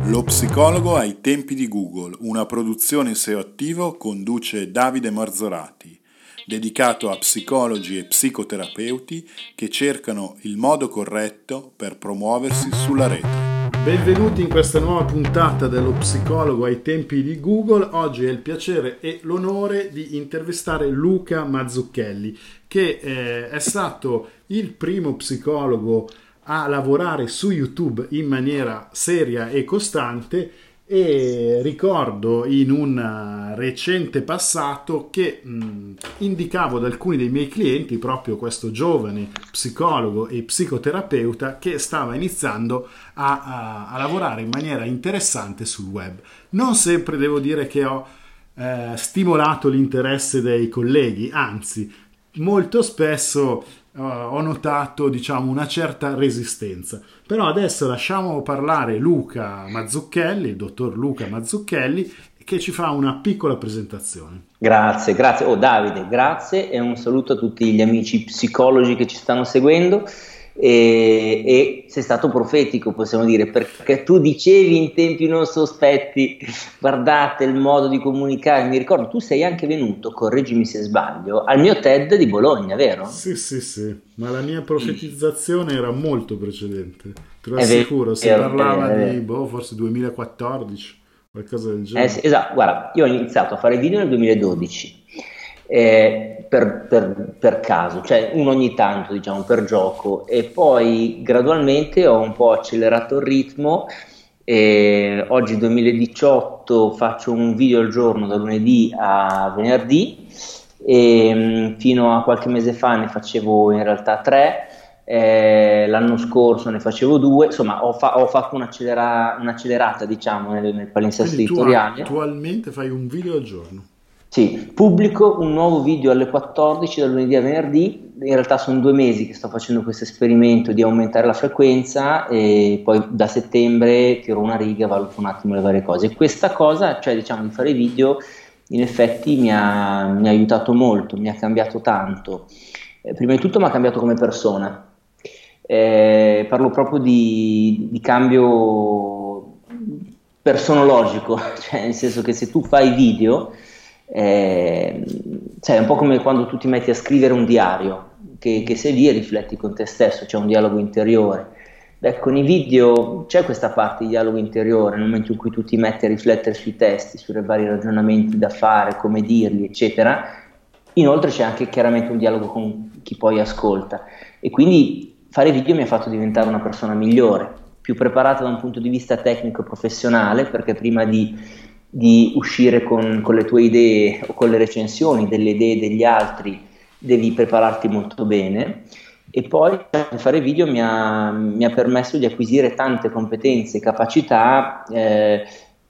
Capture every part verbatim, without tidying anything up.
Lo psicologo ai tempi di Google, una produzione S E O attivo, conduce Davide Marzorati, dedicato a psicologi e psicoterapeuti che cercano il modo corretto per promuoversi sulla rete. Benvenuti in questa nuova puntata dello psicologo ai tempi di Google. Oggi ho il piacere e l'onore di intervistare Luca Mazzucchelli, che eh, è stato il primo psicologo a lavorare su YouTube in maniera seria e costante, e ricordo in un recente passato che mh, indicavo ad alcuni dei miei clienti proprio questo giovane psicologo e psicoterapeuta che stava iniziando a, a, a lavorare in maniera interessante sul web. Non sempre devo dire che ho eh, stimolato l'interesse dei colleghi, anzi molto spesso Uh, ho notato, diciamo, una certa resistenza. Però adesso lasciamo parlare Luca Mazzucchelli, il dottor Luca Mazzucchelli, che ci fa una piccola presentazione. Grazie, grazie. Oh Davide, grazie e un saluto a tutti gli amici psicologi che ci stanno seguendo. E, e sei stato profetico, possiamo dire, perché tu dicevi in tempi non sospetti: guardate il modo di comunicare. Mi ricordo, tu sei anche venuto, correggimi se sbaglio, al mio TED di Bologna, vero? Sì, sì, sì, ma la mia profetizzazione era molto precedente, te lo È assicuro. Si vero, parlava è vero. di, boh, forse duemilaquattordici, qualcosa del genere. Eh sì, esatto, guarda, io ho iniziato a fare video nel duemiladodici. Eh, per, per, per caso, cioè uno ogni tanto, diciamo, per gioco, e poi gradualmente ho un po' accelerato il ritmo. E oggi duemiladiciotto faccio un video al giorno da lunedì a venerdì, e mh, fino a qualche mese fa ne facevo in realtà tre. Eh, l'anno scorso ne facevo due, insomma ho, fa- ho fatto un'accelera- un'accelerata, diciamo, nel, nel palinsesto Quindi tu editoriale. attualmente fai un video al giorno? Sì, pubblico un nuovo video alle quattordici da lunedì a venerdì. In realtà sono due mesi che sto facendo questo esperimento di aumentare la frequenza, e poi da settembre tiro una riga e valuto un attimo le varie cose. E questa cosa, cioè diciamo di fare video, in effetti mi ha, mi ha aiutato molto, mi ha cambiato tanto. Eh, prima di tutto mi ha cambiato come persona. Eh, parlo proprio di, di cambio personologico, cioè nel senso che se tu fai video, eh, cioè è un po' come quando tu ti metti a scrivere un diario, che, che sei lì e rifletti con te stesso, c'è un dialogo interiore. Beh, con i video c'è questa parte di dialogo interiore, nel momento in cui tu ti metti a riflettere sui testi, sui vari ragionamenti da fare, come dirli, eccetera. Inoltre c'è anche chiaramente un dialogo con chi poi ascolta, e quindi fare video mi ha fatto diventare una persona migliore, più preparata da un punto di vista tecnico e professionale, perché prima di, di uscire con, con le tue idee o con le recensioni delle idee degli altri devi prepararti molto bene. E poi fare video mi ha, mi ha permesso di acquisire tante competenze e capacità eh,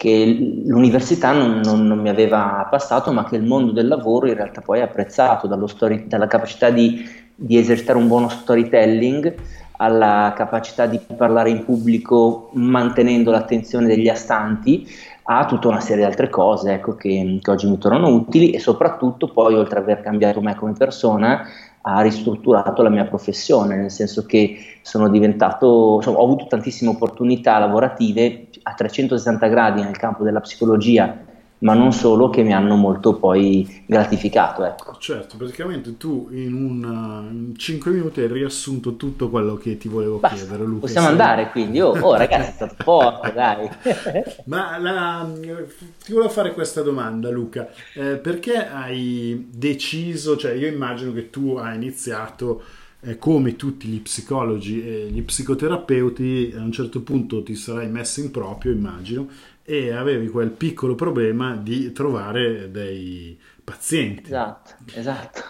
che l'università non, non, non mi aveva passato, ma che il mondo del lavoro in realtà poi ha apprezzato, dallo story, dalla capacità di, di esercitare un buono storytelling, alla capacità di parlare in pubblico mantenendo l'attenzione degli astanti, a tutta una serie di altre cose, ecco, che, che oggi mi tornano utili. E soprattutto poi, oltre ad aver cambiato me come persona, ha ristrutturato la mia professione, nel senso che sono diventato, insomma, ho avuto tantissime opportunità lavorative a trecentosessanta gradi nel campo della psicologia, ma non solo, che mi hanno molto poi gratificato, ecco. Certo, praticamente tu in, una, in cinque minuti hai riassunto tutto quello che ti volevo Basta, chiedere, Luca. possiamo sei... andare quindi. Oh, oh ragazzi, è stato forte, dai. Ma la, ti volevo fare questa domanda, Luca. Eh, perché hai deciso, cioè io immagino che tu hai iniziato eh, come tutti gli psicologi e gli psicoterapeuti, a un certo punto ti sarai messo in proprio, immagino, e avevi quel piccolo problema di trovare dei pazienti. Esatto, esatto.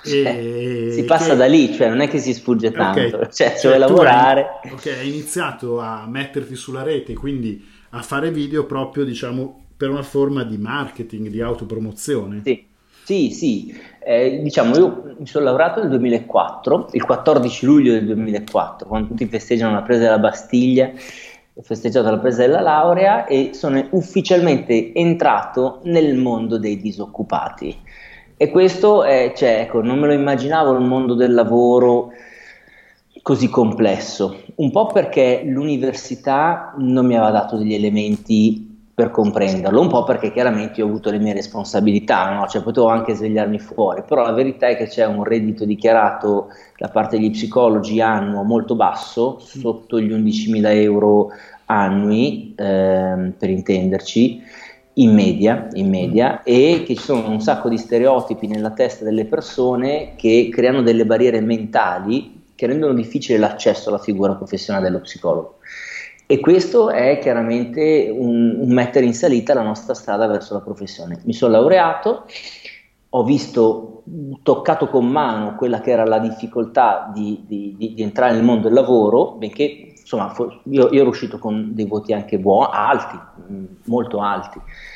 E cioè, si passa che... da lì, cioè non è che si sfugge tanto, okay. cioè, cioè dove lavorare. Hai, ok, hai iniziato a metterti sulla rete, quindi a fare video proprio, diciamo, per una forma di marketing, di autopromozione. Sì, sì, sì. Eh, diciamo, io mi sono laureato nel duemilaquattro, il quattordici luglio del duemilaquattro, quando tutti festeggiano la presa della Bastiglia. Ho festeggiato la presa della laurea e sono ufficialmente entrato nel mondo dei disoccupati. E questo è, cioè, ecco, non me lo immaginavo il mondo del lavoro così complesso, un po' perché l'università non mi aveva dato degli elementi per comprenderlo, un po' perché chiaramente io ho avuto le mie responsabilità, no? Cioè potevo anche svegliarmi fuori, però la verità è che c'è un reddito dichiarato da parte degli psicologi annuo molto basso, sotto gli undicimila euro annui, ehm, per intenderci, in media, in media, e che ci sono un sacco di stereotipi nella testa delle persone che creano delle barriere mentali che rendono difficile l'accesso alla figura professionale dello psicologo. E questo è chiaramente un, un mettere in salita la nostra strada verso la professione. Mi sono laureato, ho visto, toccato con mano quella che era la difficoltà di, di, di, di entrare nel mondo del lavoro, benché insomma io, io ero uscito con dei voti anche buoni, alti, molto alti.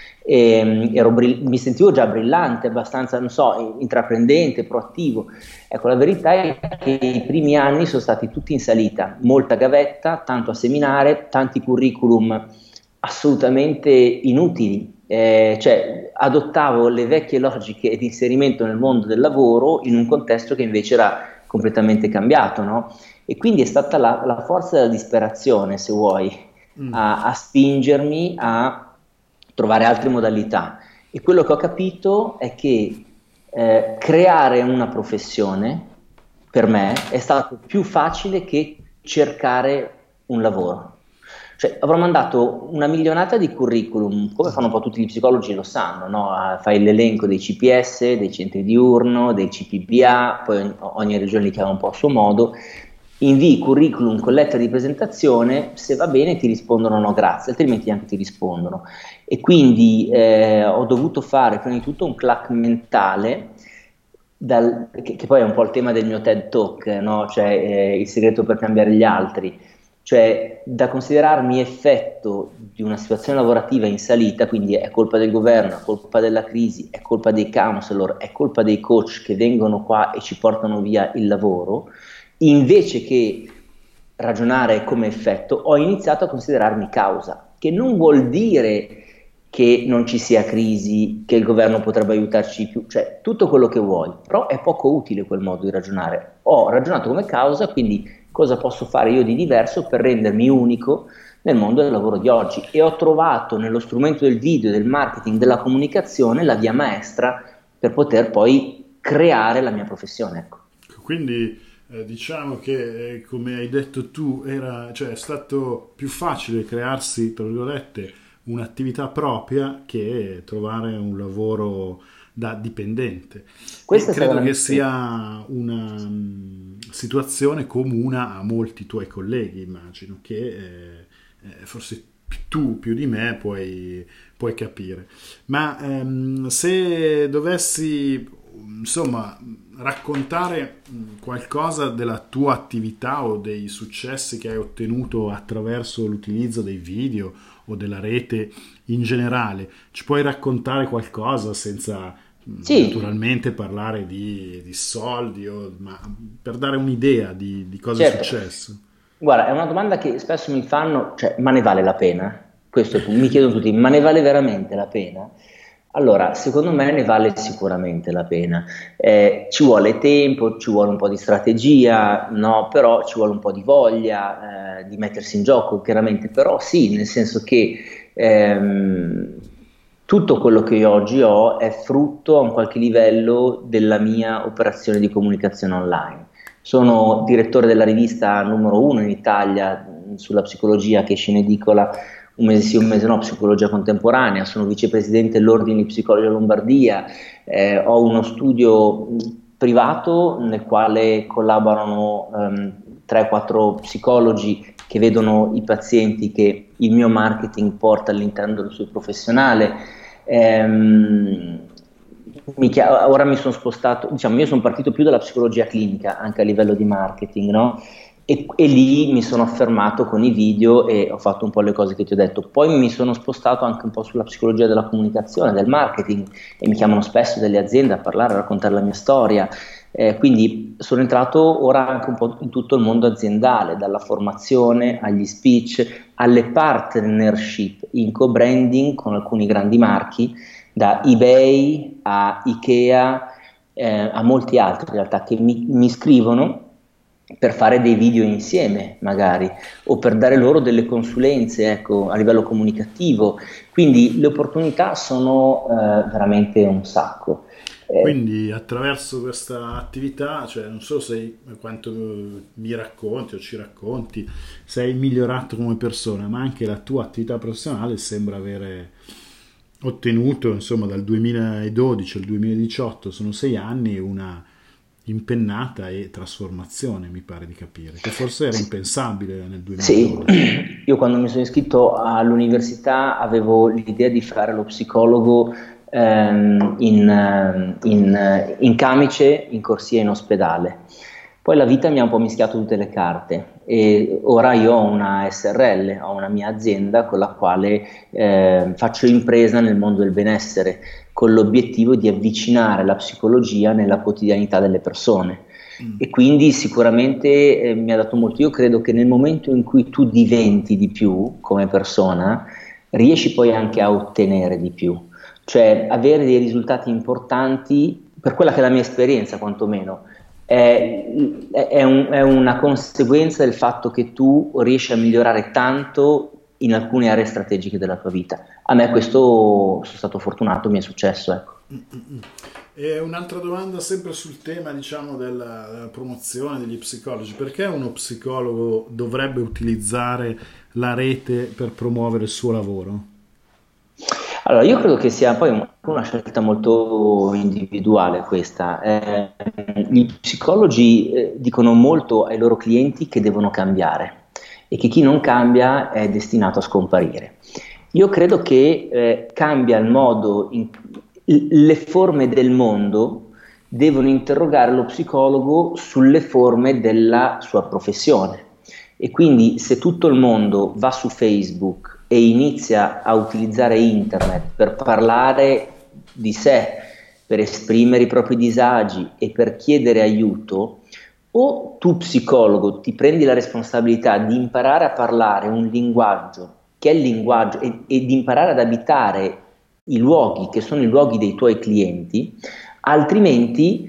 E, ero brill- mi sentivo già brillante, abbastanza, non so, intraprendente, proattivo. Ecco, la verità è che i primi anni sono stati tutti in salita, molta gavetta, tanto a seminare, tanti curriculum assolutamente inutili, eh, cioè adottavo le vecchie logiche di inserimento nel mondo del lavoro in un contesto che invece era completamente cambiato, no? E quindi è stata la, la forza della disperazione, se vuoi, Mm. a, a spingermi a trovare altre modalità. E quello che ho capito è che eh, creare una professione per me è stato più facile che cercare un lavoro. Cioè, avrò mandato una milionata di curriculum, come fanno un po' tutti gli psicologi, lo sanno, no? Fai l'elenco dei C P S, dei centri diurno, dei C P B A, poi ogni, ogni regione li chiama un po' a suo modo, invii curriculum con lettera di presentazione, se va bene ti rispondono no grazie, altrimenti anche ti rispondono. E quindi eh, ho dovuto fare prima di tutto un clack mentale, dal, che, che poi è un po' il tema del mio TED Talk, no? Cioè eh, il segreto per cambiare gli altri, cioè da considerarmi effetto di una situazione lavorativa in salita, quindi è colpa del governo, è colpa della crisi, è colpa dei counselor, è colpa dei coach che vengono qua e ci portano via il lavoro, invece che ragionare come effetto, ho iniziato a considerarmi causa, che non vuol dire che non ci sia crisi, che il governo potrebbe aiutarci di più, cioè tutto quello che vuoi, però è poco utile quel modo di ragionare. Ho ragionato come causa, quindi cosa posso fare io di diverso per rendermi unico nel mondo del lavoro di oggi, e ho trovato nello strumento del video, del marketing, della comunicazione la via maestra per poter poi creare la mia professione. Ecco. Quindi eh, diciamo che eh, come hai detto tu era, cioè, è stato più facile crearsi, tra virgolette, un'attività propria che trovare un lavoro da dipendente. Questa E è credo stata la che mia... sia una um, situazione comune a molti tuoi colleghi, immagino, che eh, eh, forse tu più di me puoi, puoi capire. Ma ehm, se dovessi, insomma, raccontare qualcosa della tua attività o dei successi che hai ottenuto attraverso l'utilizzo dei video o della rete in generale, ci puoi raccontare qualcosa senza Sì. naturalmente parlare di, di soldi, o, ma per dare un'idea di, di cosa Certo. è successo? Guarda, è una domanda che spesso mi fanno, cioè, ma ne vale la pena? Questo è il punto. Mi chiedono tutti, ma ne vale veramente la pena? Allora, secondo me ne vale sicuramente la pena. Eh, ci vuole tempo, ci vuole un po' di strategia, no? Però ci vuole un po' di voglia eh, di mettersi in gioco, chiaramente. Però sì, nel senso che ehm, tutto quello che io oggi ho è frutto a un qualche livello della mia operazione di comunicazione online. Sono direttore della rivista numero uno in Italia mh, sulla psicologia, che esce in edicola un mese sì, un mese no, Psicologia Contemporanea. Sono vicepresidente dell'Ordine di Psicologia Lombardia, eh, ho uno studio privato nel quale collaborano um, tre quattro psicologi che vedono i pazienti che il mio marketing porta all'interno del suo professionale. Ehm, mi chia- ora mi sono spostato, diciamo, io sono partito più dalla psicologia clinica anche a livello di marketing, no? E, e lì mi sono affermato con i video e ho fatto un po' le cose che ti ho detto. Poi mi sono spostato anche un po' sulla psicologia della comunicazione, del marketing, e mi chiamano spesso delle aziende a parlare, a raccontare la mia storia. Eh, quindi sono entrato ora anche un po' in tutto il mondo aziendale, dalla formazione agli speech, alle partnership in co-branding con alcuni grandi marchi, da eBay a Ikea, eh, a molti altri in realtà che mi, mi scrivono per fare dei video insieme magari, o per dare loro delle consulenze, ecco, a livello comunicativo. Quindi le opportunità sono eh, veramente un sacco. Eh, Quindi attraverso questa attività, cioè non so sei, quanto mi racconti o ci racconti, sei migliorato come persona, ma anche la tua attività professionale sembra avere ottenuto, insomma, dal duemiladodici al duemiladiciotto, sono sei anni, una impennata e trasformazione, mi pare di capire, che forse era impensabile nel Sì, duemiladodici. io quando mi sono iscritto all'università avevo l'idea di fare lo psicologo ehm, in, ehm, in, eh, in camice, in corsia, in ospedale. Poi la vita mi ha un po' mischiato tutte le carte e ora io ho una S R L, ho una mia azienda con la quale eh, faccio impresa nel mondo del benessere, con l'obiettivo di avvicinare la psicologia nella quotidianità delle persone. E quindi sicuramente eh, mi ha dato molto. Io credo che nel momento in cui tu diventi di più come persona, riesci poi anche a ottenere di più, cioè avere dei risultati importanti, per quella che è la mia esperienza quantomeno, è, è un- è una conseguenza del fatto che tu riesci a migliorare tanto in alcune aree strategiche della tua vita. A me questo sono stato fortunato, mi è successo, ecco. E un'altra domanda sempre sul tema, diciamo, della, della promozione degli psicologi. Perché uno psicologo dovrebbe utilizzare la rete per promuovere il suo lavoro? Allora, io credo che sia poi un- una scelta molto individuale questa. Eh, gli psicologi eh, dicono molto ai loro clienti che devono cambiare e che chi non cambia è destinato a scomparire. Io credo che eh, cambia il modo, in- le forme del mondo devono interrogare lo psicologo sulle forme della sua professione. E quindi se tutto il mondo va su Facebook e inizia a utilizzare internet per parlare di sé, per esprimere i propri disagi e per chiedere aiuto, o tu psicologo ti prendi la responsabilità di imparare a parlare un linguaggio che è il linguaggio e, e di imparare ad abitare i luoghi che sono i luoghi dei tuoi clienti, altrimenti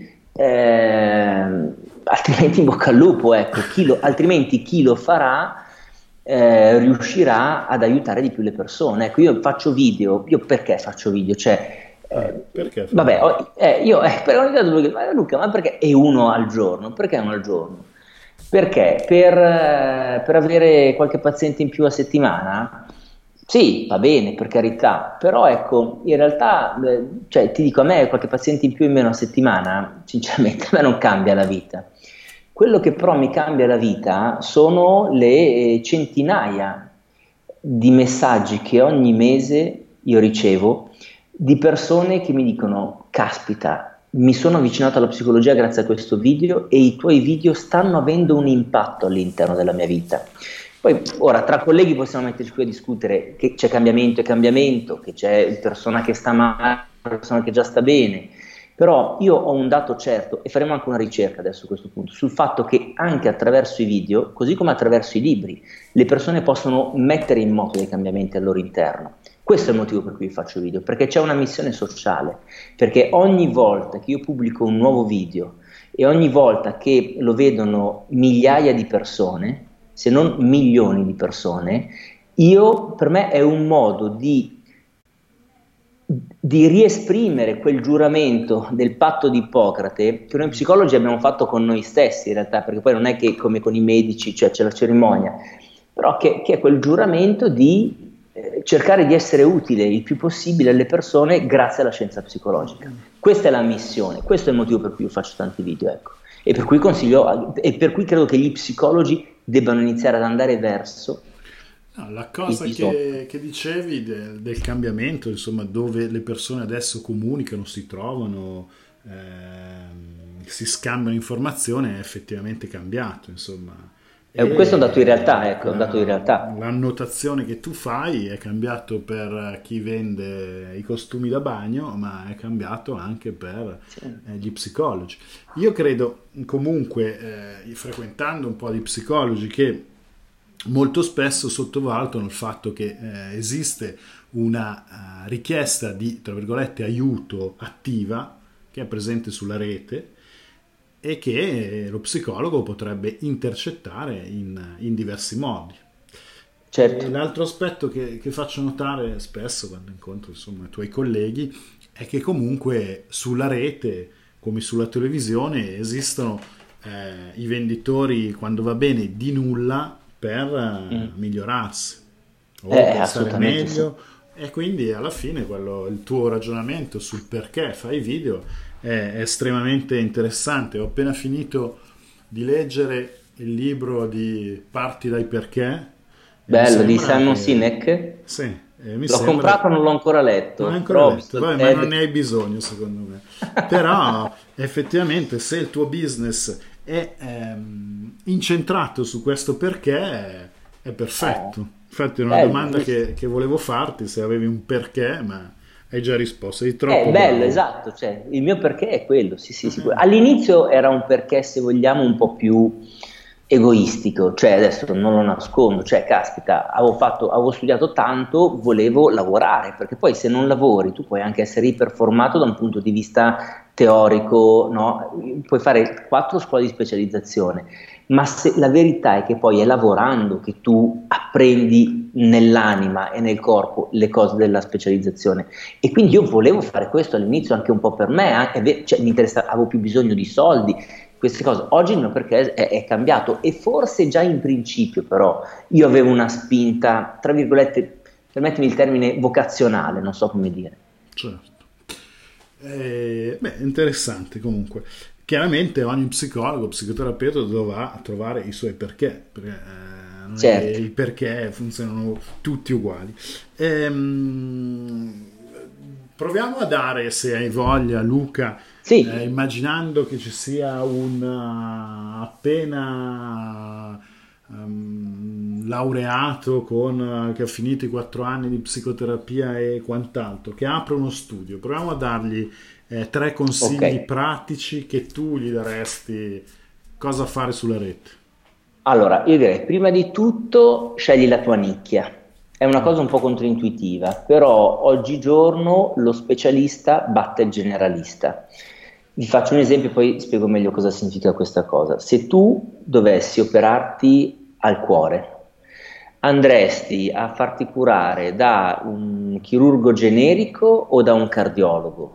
eh, altrimenti in bocca al lupo, ecco, chi lo, altrimenti chi lo farà eh, riuscirà ad aiutare di più le persone. Ecco, io faccio video, io perché faccio video? Cioè, Ah, eh, perché fai vabbè, video? ho- eh, io eh, per ogni tanto dico, ma Luca, ma perché è uno al giorno? Perché uno al giorno? Perché? Per, eh, per avere qualche paziente in più a settimana? Sì, va bene, per carità, però ecco, in realtà, eh, cioè, ti dico, a me qualche paziente in più o in meno a settimana, sinceramente, a me non cambia la vita. Quello che però mi cambia la vita sono le eh, centinaia di messaggi che ogni mese io ricevo di persone che mi dicono, caspita, mi sono avvicinato alla psicologia grazie a questo video e i tuoi video stanno avendo un impatto all'interno della mia vita. Poi ora tra colleghi possiamo metterci qui a discutere che c'è cambiamento e cambiamento, che c'è persona che sta male, persona che già sta bene, però io ho un dato certo e faremo anche una ricerca adesso a questo punto sul fatto che anche attraverso i video, così come attraverso i libri, le persone possono mettere in moto dei cambiamenti al loro interno. Questo è il motivo per cui faccio video, perché c'è una missione sociale, perché ogni volta che io pubblico un nuovo video e ogni volta che lo vedono migliaia di persone, se non milioni di persone, io, per me è un modo di, di riesprimere quel giuramento del patto di Ippocrate che noi psicologi abbiamo fatto con noi stessi in realtà, perché poi non è che come con i medici, cioè c'è la cerimonia, però che, che è quel giuramento di eh, cercare di essere utile il più possibile alle persone grazie alla scienza psicologica. Questa è la missione, questo è il motivo per cui io faccio tanti video, ecco. E per cui consiglio, e per cui credo che gli psicologi debbano iniziare ad andare verso No, la il cosa bisogno. che, che dicevi del, del cambiamento, insomma, dove le persone adesso comunicano, si trovano, ehm, si scambiano informazioni, è effettivamente cambiato, insomma. Eh, questo è un dato di realtà, E ecco, è un dato di la- realtà. l'annotazione che tu fai è cambiato per chi vende i costumi da bagno, ma è cambiato anche per Sì. eh, gli psicologi. Io credo comunque, eh, frequentando un po' di psicologi, che molto spesso sottovalutano il fatto che eh, esiste una eh, richiesta di, tra virgolette, aiuto attiva che è presente sulla rete, e che lo psicologo potrebbe intercettare in, in diversi modi. Certo. E l'altro aspetto che, che faccio notare spesso quando incontro insomma i tuoi colleghi è che comunque sulla rete, come sulla televisione, esistono eh, i venditori, quando va bene, di nulla per eh, Mm. migliorarsi o Eh, per stare assolutamente sì. meglio, e quindi alla fine quello, il tuo ragionamento sul perché fai video è, è estremamente interessante. Ho appena finito di leggere il libro di Parti dai perché e mi Bello, di sembra Simon che Sinek. sì, e mi L'ho sembra, comprato, non l'ho ancora non hai letto, ancora però ho letto, visto il vabbè, ma non ne TED. hai bisogno secondo me. Però effettivamente se il tuo business è ehm, incentrato su questo perché è, è Eh, perfetto. Infatti è una bello, domanda giusto. che, che volevo farti, se avevi un perché, ma hai già risposto, sei È troppo bello, bravo. esatto, cioè, il mio perché è quello, sì, sì, Eh, sì. eh, All'inizio era un perché, se vogliamo, un po' più egoistico, cioè adesso non lo nascondo, cioè caspita, avevo fatto, avevo studiato tanto, volevo lavorare, perché poi se non lavori tu puoi anche essere iperformato da un punto di vista teorico, no? Puoi fare quattro scuole di specializzazione, ma se, la verità è che poi è lavorando che tu apprendi nell'anima e nel corpo le cose della specializzazione. E quindi io volevo fare questo all'inizio anche un po' per me, anche, cioè, mi interessa, avevo più bisogno di soldi, queste cose. Oggi il mio perché è, è cambiato, e forse già in principio però io avevo una spinta, tra virgolette, permettimi il termine, vocazionale, non so come dire. certo. Eh, beh, interessante comunque. Chiaramente ogni psicologo, psicoterapeuta dovrà trovare i suoi perché, perché eh, non è che Certo, i perché funzionano tutti uguali. Ehm, proviamo a dare, se hai voglia, Luca, eh, sì, immaginando che ci sia un uh, appena ehm, laureato con, che ha finito i quattro anni di psicoterapia e quant'altro, che apre uno studio. Proviamo a dargli eh, tre ok. consigli pratici che tu gli daresti, cosa fare sulla rete. Allora, io direi, prima di tutto, scegli la tua nicchia. È una cosa un Ok. po' controintuitiva, però oggigiorno lo specialista batte il generalista. Vi faccio un esempio, poi spiego meglio cosa significa questa cosa. Se tu dovessi operarti al cuore, andresti a farti curare da un chirurgo generico o da un cardiologo?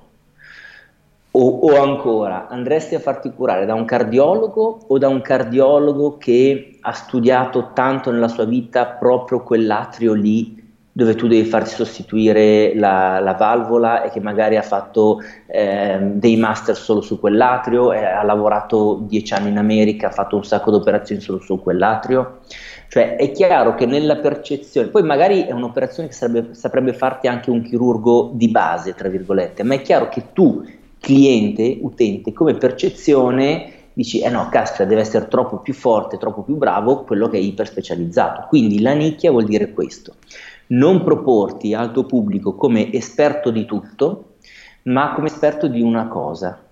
O, o ancora, andresti a farti curare da un cardiologo o da un cardiologo che ha studiato tanto nella sua vita proprio quell'atrio lì dove tu devi farti sostituire la, la valvola, e che magari ha fatto ehm, dei master solo su quell'atrio, e ha lavorato dieci anni in America, ha fatto un sacco di operazioni solo su quell'atrio? Cioè è chiaro che nella percezione, poi magari è un'operazione che sarebbe, saprebbe farti anche un chirurgo di base, tra virgolette, ma è chiaro che tu, cliente, utente, come percezione dici, eh no, caspita, deve essere troppo più forte, troppo più bravo quello che è iper specializzato. Quindi la nicchia vuol dire questo: non proporti al tuo pubblico come esperto di tutto, ma come esperto di una cosa,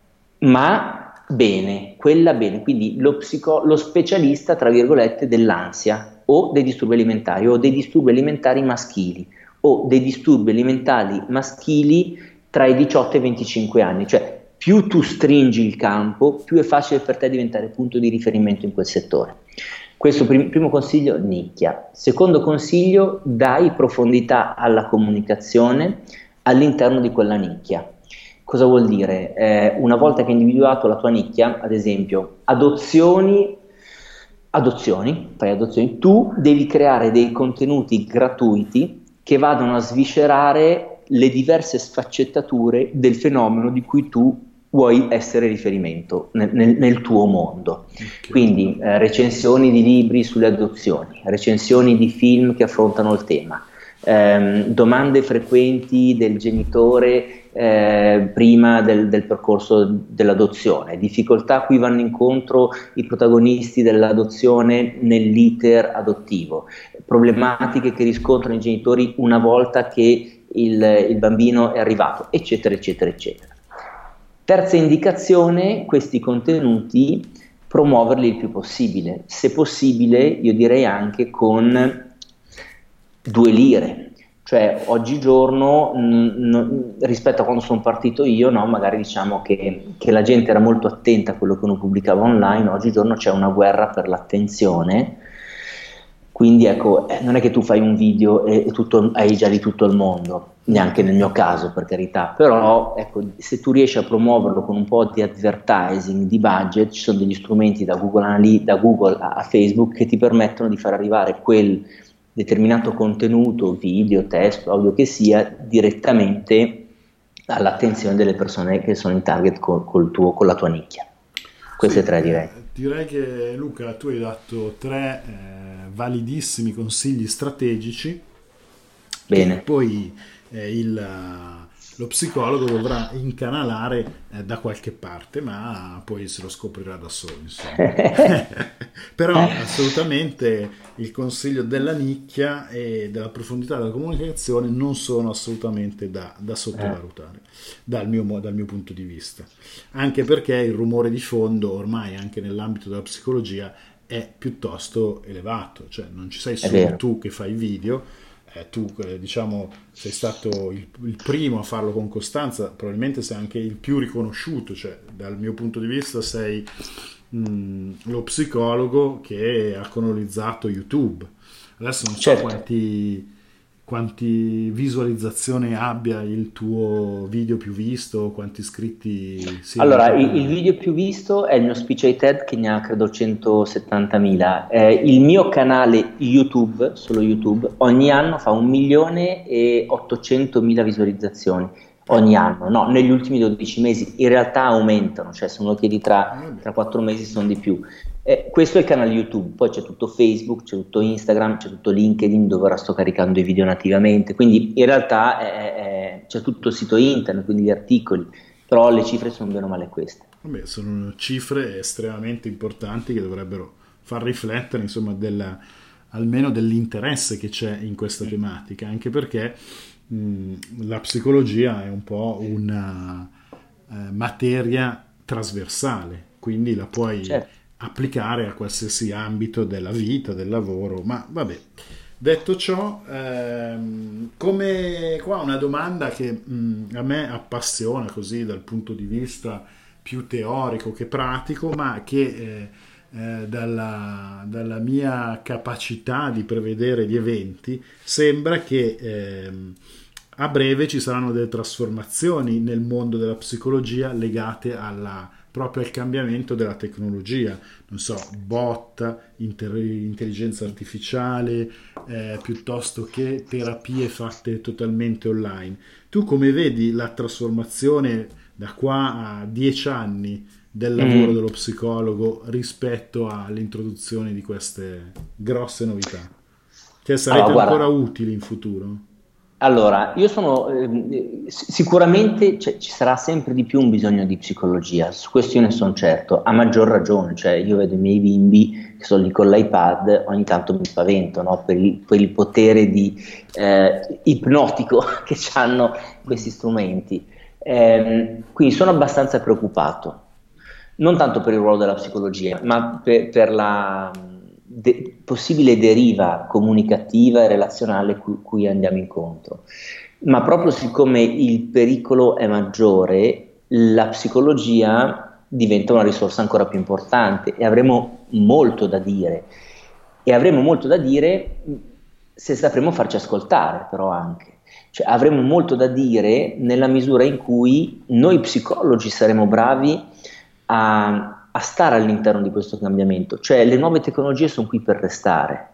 ma bene, quella bene, quindi lo, psico- lo specialista, tra virgolette, dell'ansia o dei disturbi alimentari o dei disturbi alimentari maschili o dei disturbi alimentari maschili tra i diciotto e i venticinque anni, cioè più tu stringi il campo, più è facile per te diventare punto di riferimento in quel settore. Questo prim- primo consiglio, nicchia. Secondo consiglio, dai profondità alla comunicazione all'interno di quella nicchia. Cosa vuol dire? Eh, una volta che hai individuato la tua nicchia, ad esempio, adozioni, adozioni, fai adozioni, tu devi creare dei contenuti gratuiti che vadano a sviscerare le diverse sfaccettature del fenomeno di cui tu vuoi essere riferimento nel, nel, nel tuo mondo. Ok. Quindi eh, recensioni di libri sulle adozioni, recensioni di film che affrontano il tema, ehm, domande frequenti del genitore eh, prima del, del percorso dell'adozione, difficoltà a cui vanno incontro i protagonisti dell'adozione nell'iter adottivo, problematiche che riscontrano i genitori una volta che il, il bambino è arrivato, eccetera, eccetera, eccetera. Terza indicazione, questi contenuti promuoverli il più possibile, se possibile io direi anche con due lire, Cioè oggigiorno n- n- rispetto a quando sono partito io, no, magari diciamo che, che la gente era molto attenta a quello che uno pubblicava online, oggigiorno c'è una guerra per l'attenzione, quindi ecco, eh, non è che tu fai un video e, e tutto, hai già di tutto il mondo, neanche nel mio caso per carità, però ecco, se tu riesci a promuoverlo con un po' di advertising, di budget, ci sono degli strumenti da Google, Analy- da Google a, a Facebook che ti permettono di far arrivare quel determinato contenuto, video, testo, audio che sia, direttamente all'attenzione delle persone che sono in target col, col tuo, con la tua nicchia. Sì, Queste tre eh, direi. direi che Luca, tu hai dato tre eh, validissimi consigli strategici che Bene. poi eh, il, lo psicologo dovrà incanalare eh, da qualche parte, ma poi se lo scoprirà da solo, insomma. Però assolutamente il consiglio della nicchia e della profondità della comunicazione non sono assolutamente da, da Eh, sottovalutare dal mio, mo- dal mio punto di vista, anche perché il rumore di fondo ormai anche nell'ambito della psicologia è piuttosto elevato, cioè non ci sei è solo vero. tu che fai video, eh, tu eh, diciamo sei stato il, il primo a farlo con costanza, probabilmente sei anche il più riconosciuto, cioè dal mio punto di vista sei mh, lo psicologo che ha colonizzato YouTube. Adesso non so Certo. quanti, quanti visualizzazioni abbia il tuo video più visto, quanti iscritti siano al Allora, tuo il, il canale. video più visto è il mio speech ai TED che ne ha credo centosettantamila. Eh, il mio canale YouTube, solo YouTube, ogni anno fa un milione e ottocentomila visualizzazioni. Eh, Ogni anno, no, negli ultimi dodici mesi. In realtà aumentano, cioè se uno chiedi tra, vabbè. tra quattro mesi sono di più. Eh, questo è il canale YouTube, poi c'è tutto Facebook, c'è tutto Instagram, c'è tutto LinkedIn dove ora sto caricando i video nativamente, quindi in realtà è- è- c'è tutto il sito internet, quindi gli articoli, però le cifre sono bene o male queste. Vabbè, sono cifre estremamente importanti che dovrebbero far riflettere, insomma, della- almeno dell'interesse che c'è in questa tematica, anche perché mh, la psicologia è un po' una eh, materia trasversale, quindi la puoi Certo. applicare a qualsiasi ambito della vita, del lavoro, ma vabbè. Detto ciò, ehm, come qua una domanda che mh, a me appassiona così dal punto di vista più teorico che pratico, ma che eh, eh, dalla, dalla mia capacità di prevedere gli eventi sembra che ehm, a breve ci saranno delle trasformazioni nel mondo della psicologia legate alla, proprio al cambiamento della tecnologia, non so, bot, inter- intelligenza artificiale, eh, piuttosto che terapie fatte totalmente online. Tu come vedi la trasformazione da qua a dieci anni del lavoro Mm. dello psicologo rispetto all'introduzione di queste grosse novità? Cioè Allora, sarete ancora guarda, utili in futuro? allora, io sono ehm, s- sicuramente c'è- ci sarà sempre di più un bisogno di psicologia, su questo io ne sono certo, a maggior ragione, cioè io vedo i miei bimbi che sono lì con l'iPad, ogni tanto mi spavento, no? Per il, per il potere di, eh, ipnotico che hanno questi strumenti. Ehm, quindi sono abbastanza preoccupato, non tanto per il ruolo della psicologia, ma per, per la de- possibile deriva comunicativa e relazionale cui, cui andiamo incontro. Ma proprio siccome il pericolo è maggiore, la psicologia diventa una risorsa ancora più importante e avremo molto da dire. E avremo molto da dire se sapremo farci ascoltare, però anche. Cioè, avremo molto da dire nella misura in cui noi psicologi saremo bravi a, a stare all'interno di questo cambiamento, cioè le nuove tecnologie sono qui per restare.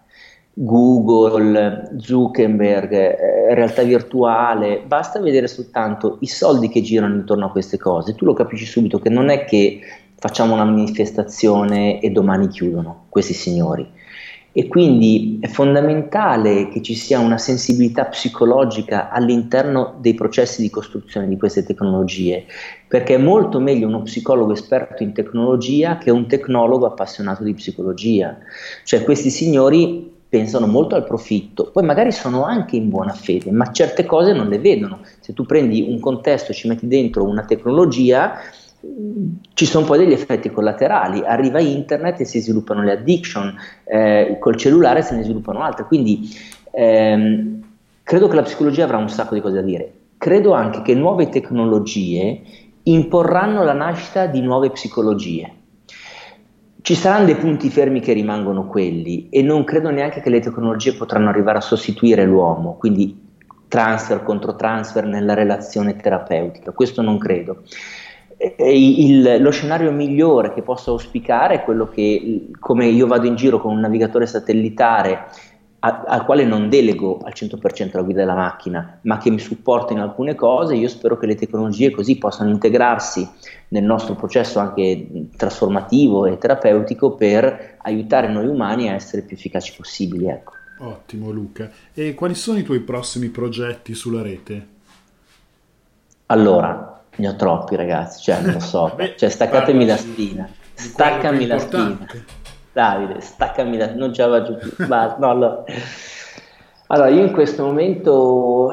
Google, Zuckerberg, eh, realtà virtuale, basta vedere soltanto i soldi che girano intorno a queste cose, tu lo capisci subito che non è che facciamo una manifestazione e domani chiudono questi signori. E quindi è fondamentale che ci sia una sensibilità psicologica all'interno dei processi di costruzione di queste tecnologie, perché è molto meglio uno psicologo esperto in tecnologia che un tecnologo appassionato di psicologia. Cioè questi signori pensano molto al profitto, poi magari sono anche in buona fede, ma certe cose non le vedono. Se tu prendi un contesto e ci metti dentro una tecnologia, ci sono poi degli effetti collaterali, arriva internet e si sviluppano le addiction, eh, col cellulare se ne sviluppano altre, quindi ehm, credo che la psicologia avrà un sacco di cose da dire. Credo anche che nuove tecnologie imporranno la nascita di nuove psicologie. Ci saranno dei punti fermi che rimangono quelli, e non credo neanche che le tecnologie potranno arrivare a sostituire l'uomo, quindi transfer contro transfer nella relazione terapeutica, questo non credo. Il, lo scenario migliore che posso auspicare è quello che, come io vado in giro con un navigatore satellitare a, al quale non delego al cento per cento la guida della macchina, ma che mi supporta in alcune cose, io spero che le tecnologie così possano integrarsi nel nostro processo anche trasformativo e terapeutico per aiutare noi umani a essere più efficaci possibili, ecco. Ottimo Luca. E quali sono i tuoi prossimi progetti sulla rete? Allora, ne ho troppi ragazzi, cioè non lo so, Beh, cioè staccatemi la spina, staccami la importante. spina, Davide, staccami la, non ce la faccio più, basta, no, allora. allora io in questo momento,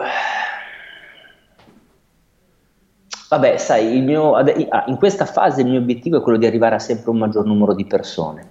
vabbè sai, il mio, in questa fase il mio obiettivo è quello di arrivare a sempre un maggior numero di persone.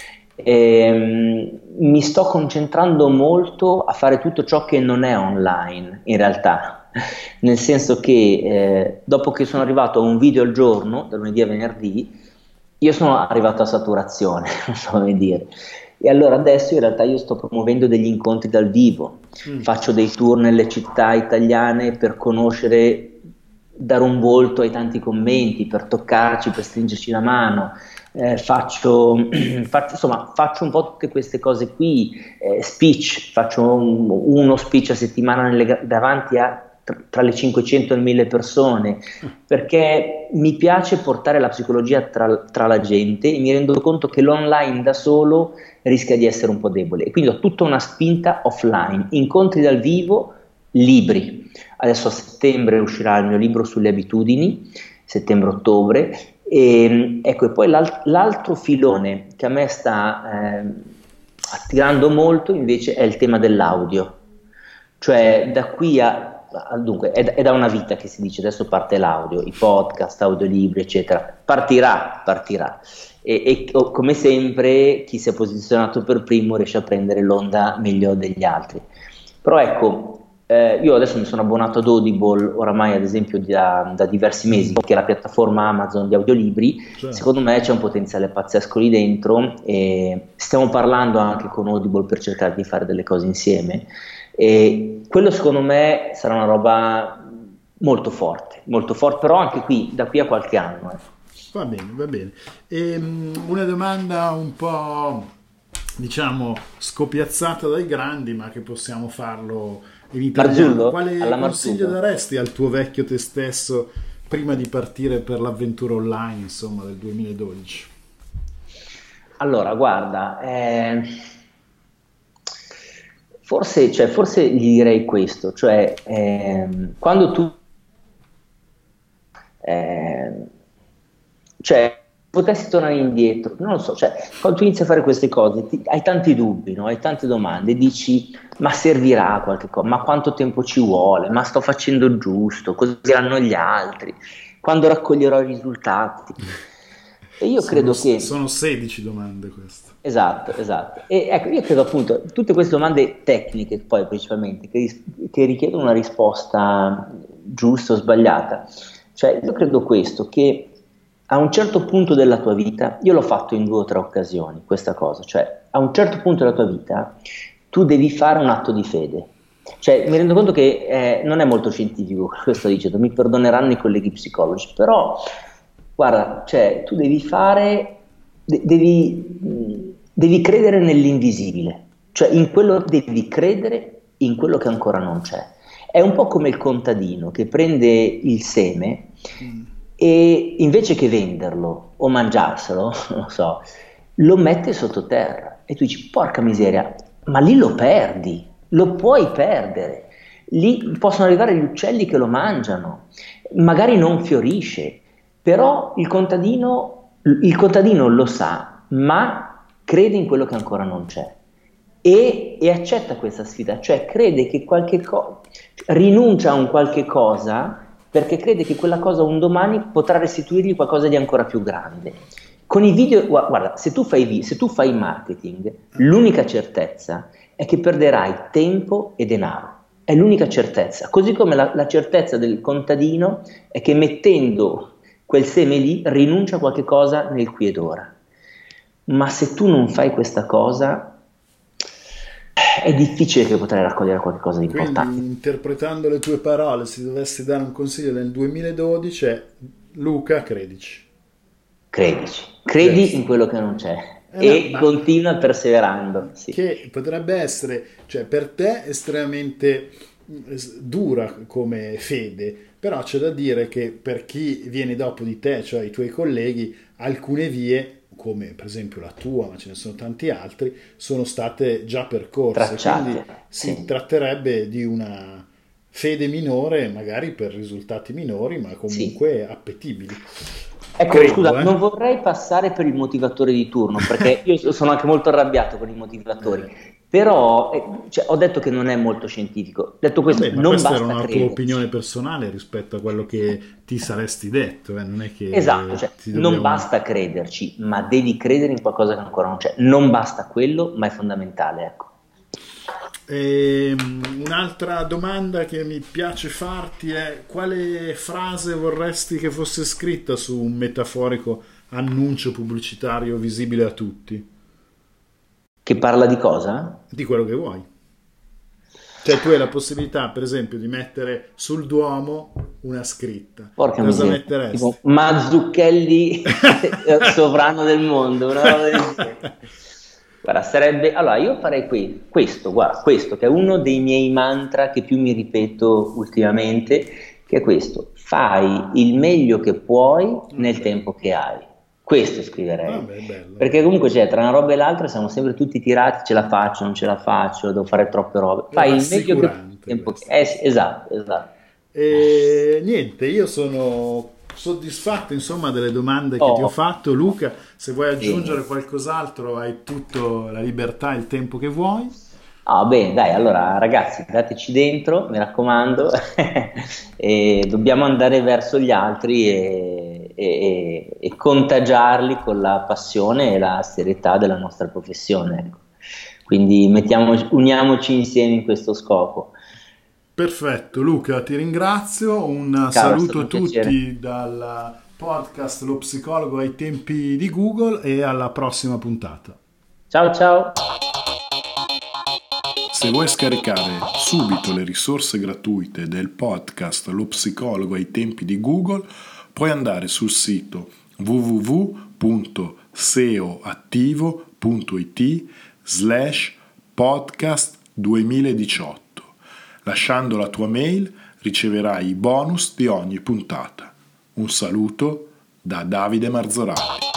E, mi sto concentrando molto a fare tutto ciò che non è online in realtà, nel senso che eh, dopo che sono arrivato a un video al giorno da lunedì a venerdì io sono arrivato a saturazione, non so come dire, e allora adesso in realtà io sto promuovendo degli incontri dal vivo, mm. faccio dei tour nelle città italiane per conoscere, dare un volto ai tanti commenti, per toccarci, per stringerci la mano. Eh, faccio, faccio, insomma, faccio un po' tutte queste cose qui, eh, speech, faccio un, uno speech a settimana nelle, davanti a tra, tra le cinquecento e le mille persone, perché mi piace portare la psicologia tra, tra la gente, e mi rendo conto che l'online da solo rischia di essere un po' debole, e quindi ho tutta una spinta offline, incontri dal vivo, libri. Adesso a settembre uscirà il mio libro sulle abitudini, settembre-ottobre. E, ecco, e poi l'alt- l'altro filone che a me sta eh, attirando molto invece è il tema dell'audio, cioè da qui a, a dunque è da, è da una vita che si dice adesso parte l'audio, i podcast, audiolibri eccetera, partirà, partirà e, e come sempre chi si è posizionato per primo riesce a prendere l'onda meglio degli altri, però ecco. Eh, io adesso mi sono abbonato ad Audible oramai ad esempio da, da diversi mesi, che è la piattaforma Amazon di audiolibri, certo. Secondo me c'è un potenziale pazzesco lì dentro e stiamo parlando anche con Audible per cercare di fare delle cose insieme, e quello secondo me sarà una roba molto forte, molto forte, però anche qui, da qui a qualche anno. Eh. Va bene, va bene. E, um, una domanda un po' diciamo scopiazzata dai grandi, ma che possiamo farlo in italiano. Marzullo? Quale Alla consiglio Marzullo. daresti al tuo vecchio te stesso prima di partire per l'avventura online, insomma, del duemiladodici? Allora, guarda, eh, forse, cioè, forse gli direi questo, cioè eh, quando tu eh, cioè potessi tornare indietro, non lo so, cioè quando tu inizi a fare queste cose ti, hai tanti dubbi, no? Hai tante domande, dici ma servirà a qualche cosa, ma quanto tempo ci vuole, ma sto facendo il giusto, cosa diranno gli altri, quando raccoglierò i risultati? E io sono, credo che... Sono sedici domande queste. Esatto, esatto. E ecco, io credo appunto, tutte queste domande tecniche poi principalmente, che, che richiedono una risposta giusta o sbagliata, cioè io credo questo, che a un certo punto della tua vita, io l'ho fatto in due o tre occasioni questa cosa, cioè a un certo punto della tua vita tu devi fare un atto di fede, cioè mi rendo conto che eh, non è molto scientifico quello che sto dicendo, mi perdoneranno i colleghi psicologi, però guarda, cioè tu devi fare, de- devi, devi credere nell'invisibile, cioè in quello devi credere in quello che ancora non c'è. È un po' come il contadino che prende il seme mm. e invece che venderlo o mangiarselo, non lo so, lo mette sottoterra e tu dici porca miseria, ma lì lo perdi, lo puoi perdere, lì possono arrivare gli uccelli che lo mangiano, magari non fiorisce, però il contadino, il contadino lo sa, ma crede in quello che ancora non c'è e, e accetta questa sfida, cioè crede che qualche cosa, rinuncia a un qualche cosa perché crede che quella cosa un domani potrà restituirgli qualcosa di ancora più grande. Con i video, guarda, se tu fai, se tu fai marketing, l'unica certezza è che perderai tempo e denaro. È l'unica certezza, così come la, la certezza del contadino è che mettendo quel seme lì rinuncia a qualche cosa nel qui ed ora. Ma se tu non fai questa cosa, è difficile che potrai raccogliere qualcosa di importante. Quindi, interpretando le tue parole, se dovessi dare un consiglio nel duemiladodici è: Luca, credici. Credici, credi Yes. in quello che non c'è Eh e no, continua perseverando. Sì. Che potrebbe essere, cioè, per te estremamente dura come fede, però c'è da dire che per chi viene dopo di te, cioè i tuoi colleghi, alcune vie, come per esempio la tua, ma ce ne sono tanti altri, sono state già percorse. Tracciate, Quindi si sì. tratterebbe di una fede minore, magari per risultati minori, ma comunque sì, appetibili. Ecco, Credo, scusa, eh. non vorrei passare per il motivatore di turno, perché io sono anche molto arrabbiato con i motivatori, Eh. però eh, cioè, ho detto che non è molto scientifico. Detto questo, Vabbè, ma non questa basta era una crederci. tua opinione personale rispetto a quello che ti saresti detto, eh? Non è che Esatto, cioè, ti non dobbiamo... basta crederci, ma devi credere in qualcosa che ancora non c'è. Non basta quello, ma è fondamentale, ecco. E, un'altra domanda che mi piace farti è: quale frase vorresti che fosse scritta su un metaforico annuncio pubblicitario visibile a tutti? Che parla di cosa? Di quello che vuoi. Cioè, tu hai la possibilità, per esempio, di mettere sul Duomo una scritta. Porca Cosa miseria, metteresti? tipo Mazzucchelli sovrano del mondo, una roba del genere. Guarda, sarebbe, allora io farei qui, questo, guarda, questo che è uno dei miei mantra che più mi ripeto ultimamente, che è questo: fai il meglio che puoi nel tempo che hai. Questo scriverei. Vabbè, bello. Perché comunque c'è, tra una roba e l'altra siamo sempre tutti tirati: ce la faccio, non ce la faccio, devo fare troppe robe. Fai il meglio che puoi nel tempo che hai. Eh, esatto, esatto. E niente, io sono soddisfatto insomma delle domande che Oh, ti ho fatto, Luca. Se vuoi aggiungere sì. qualcos'altro hai tutta la libertà e il tempo che vuoi. Ah, bene, dai, allora ragazzi, dateci dentro, mi raccomando, e dobbiamo andare verso gli altri e, e- e contagiarli con la passione e la serietà della nostra professione, ecco. Quindi mettiamoci- uniamoci insieme in questo scopo. Perfetto, Luca, ti ringrazio. Un Caro, è saluto stato a un piacere. tutti dal podcast Lo Psicologo ai tempi di Google e alla prossima puntata. Ciao ciao. Se vuoi scaricare subito le risorse gratuite del podcast Lo Psicologo ai tempi di Google, puoi andare sul sito w w w punto seoattivo punto it slash podcast duemiladiciotto. Lasciando la tua mail riceverai i bonus di ogni puntata. Un saluto da Davide Marzorati.